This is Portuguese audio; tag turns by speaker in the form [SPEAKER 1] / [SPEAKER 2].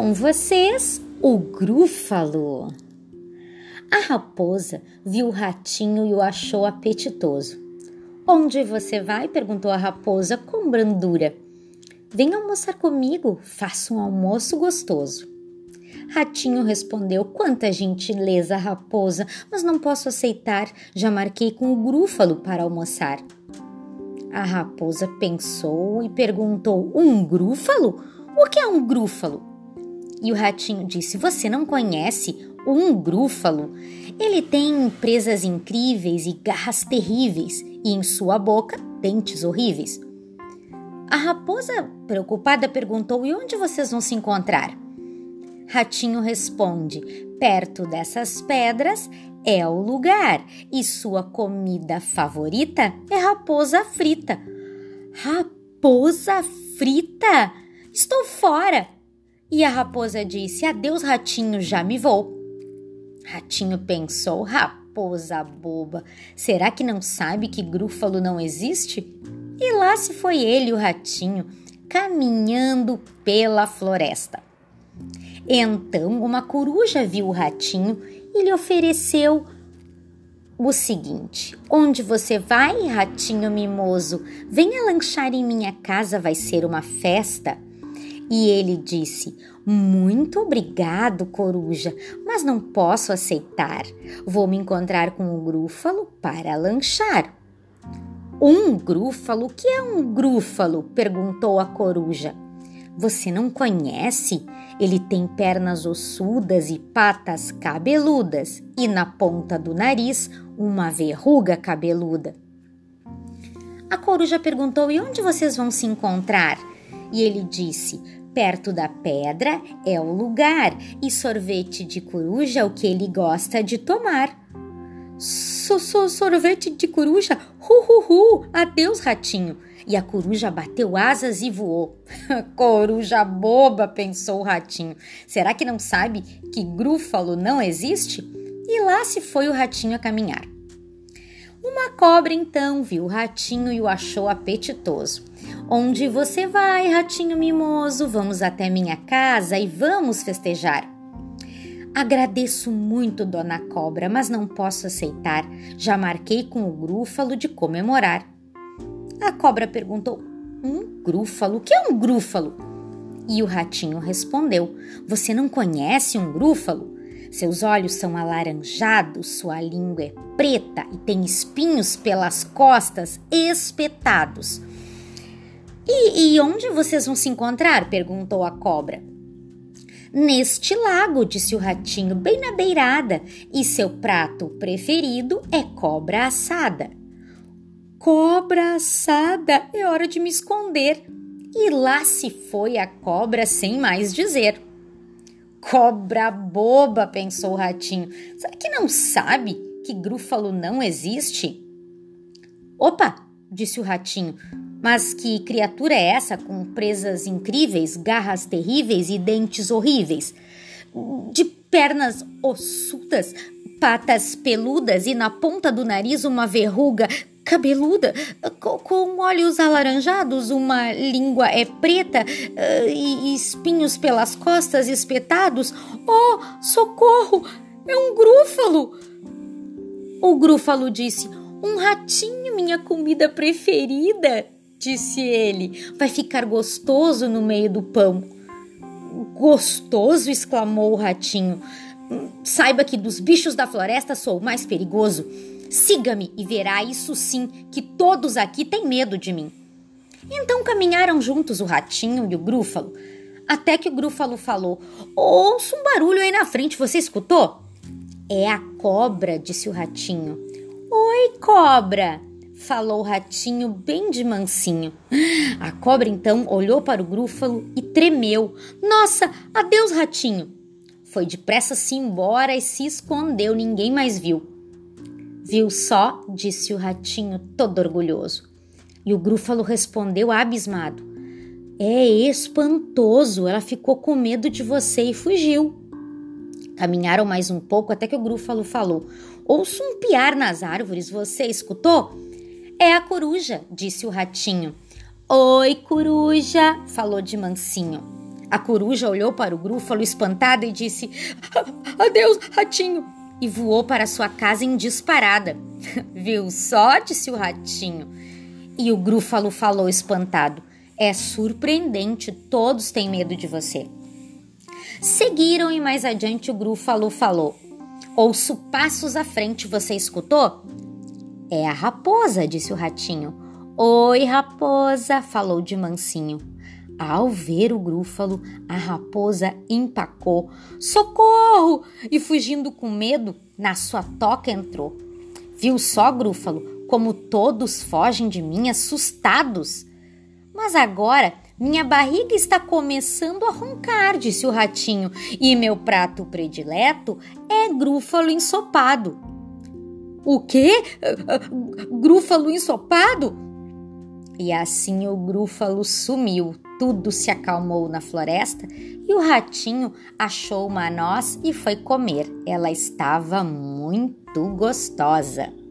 [SPEAKER 1] Com vocês, o Grúfalo. A raposa viu o ratinho e o achou apetitoso. Onde você vai? Perguntou a raposa com brandura. Venha almoçar comigo, faça um almoço gostoso. Ratinho respondeu: quanta gentileza, raposa, mas não posso aceitar, já marquei com o Grúfalo para almoçar. A raposa pensou e perguntou: um grúfalo? O que é um grúfalo? E o ratinho disse: você não conhece um grúfalo? Ele tem presas incríveis e garras terríveis, e em sua boca dentes horríveis. A raposa, preocupada, perguntou: e onde vocês vão se encontrar? Ratinho responde: perto dessas pedras é o lugar, e sua comida favorita é raposa frita. Raposa frita? Estou fora! E a raposa disse: adeus, ratinho, já me vou. Ratinho pensou: raposa boba, será que não sabe que grúfalo não existe? E lá se foi ele, o ratinho, caminhando pela floresta. Então uma coruja viu o ratinho e lhe ofereceu o seguinte: onde você vai, ratinho mimoso? Venha lanchar em minha casa, vai ser uma festa. E ele disse: muito obrigado, coruja, mas não posso aceitar. Vou me encontrar com o grúfalo para lanchar. Um grúfalo? O que é um grúfalo? Perguntou a coruja. Você não conhece? Ele tem pernas ossudas e patas cabeludas, e na ponta do nariz uma verruga cabeluda. A coruja perguntou: e onde vocês vão se encontrar? E ele disse: perto da pedra é o lugar, e sorvete de coruja é o que ele gosta de tomar. Sorvete de coruja? Adeus, ratinho. E a coruja bateu asas e voou. Coruja boba, pensou o ratinho. Será que não sabe que grúfalo não existe? E lá se foi o ratinho a caminhar. Uma cobra então viu o ratinho e o achou apetitoso. Onde você vai, ratinho mimoso? Vamos até minha casa e vamos festejar. Agradeço muito, dona cobra, mas não posso aceitar. Já marquei com o grúfalo de comemorar. A cobra perguntou: um grúfalo? O que é um grúfalo? E o ratinho respondeu: você não conhece um grúfalo? Seus olhos são alaranjados, sua língua é preta e tem espinhos pelas costas espetados. E onde vocês vão se encontrar? Perguntou a cobra. Neste lago, disse o ratinho, bem na beirada, e seu prato preferido é cobra assada. Cobra assada, é hora de me esconder. E lá se foi a cobra sem mais dizer. Cobra boba, pensou o ratinho. Será que não sabe que grúfalo não existe? Opa, disse o ratinho. Mas que criatura é essa com presas incríveis, garras terríveis e dentes horríveis? De pernas ossudas, patas peludas e na ponta do nariz uma verruga cabeluda, com olhos alaranjados, uma língua preta e espinhos pelas costas espetados. Oh, socorro! É um grúfalo! O grúfalo disse: um ratinho, minha comida preferida, disse ele. Vai ficar gostoso no meio do pão. Gostoso? Exclamou o ratinho. Saiba que dos bichos da floresta sou o mais perigoso. Siga-me e verá, isso sim, que todos aqui têm medo de mim. Então caminharam juntos o ratinho e o grúfalo, até que o grúfalo falou: ouço um barulho aí na frente, você escutou? É a cobra, disse o ratinho. Oi, cobra, falou o ratinho bem de mansinho. A cobra então olhou para o grúfalo e tremeu. Nossa, adeus, ratinho. Foi depressa-se embora e se escondeu, ninguém mais viu. Viu só, disse o ratinho todo orgulhoso. E o grúfalo respondeu abismado: é espantoso, ela ficou com medo de você e fugiu. Caminharam mais um pouco até que o grúfalo falou: ouço um piar nas árvores, você escutou? É a coruja, disse o ratinho. Oi, coruja, falou de mansinho. A coruja olhou para o Grúfalo espantada e disse: Adeus, ratinho! E voou para sua casa em disparada. Viu só? Disse o ratinho. E o Grúfalo falou espantado: é surpreendente, todos têm medo de você. Seguiram e mais adiante o Grúfalo falou: ouço passos à frente, você escutou? É a raposa, disse o ratinho. Oi, raposa, falou de mansinho. Ao ver o Grúfalo, a raposa empacou. Socorro! E fugindo com medo, na sua toca entrou. Viu só, Grúfalo, como todos fogem de mim assustados? Mas agora minha barriga está começando a roncar, disse o ratinho, e meu prato predileto é grúfalo ensopado. O quê? Grúfalo ensopado? E assim o Grúfalo sumiu, tudo se acalmou na floresta e o ratinho achou uma noz e foi comer. Ela estava muito gostosa.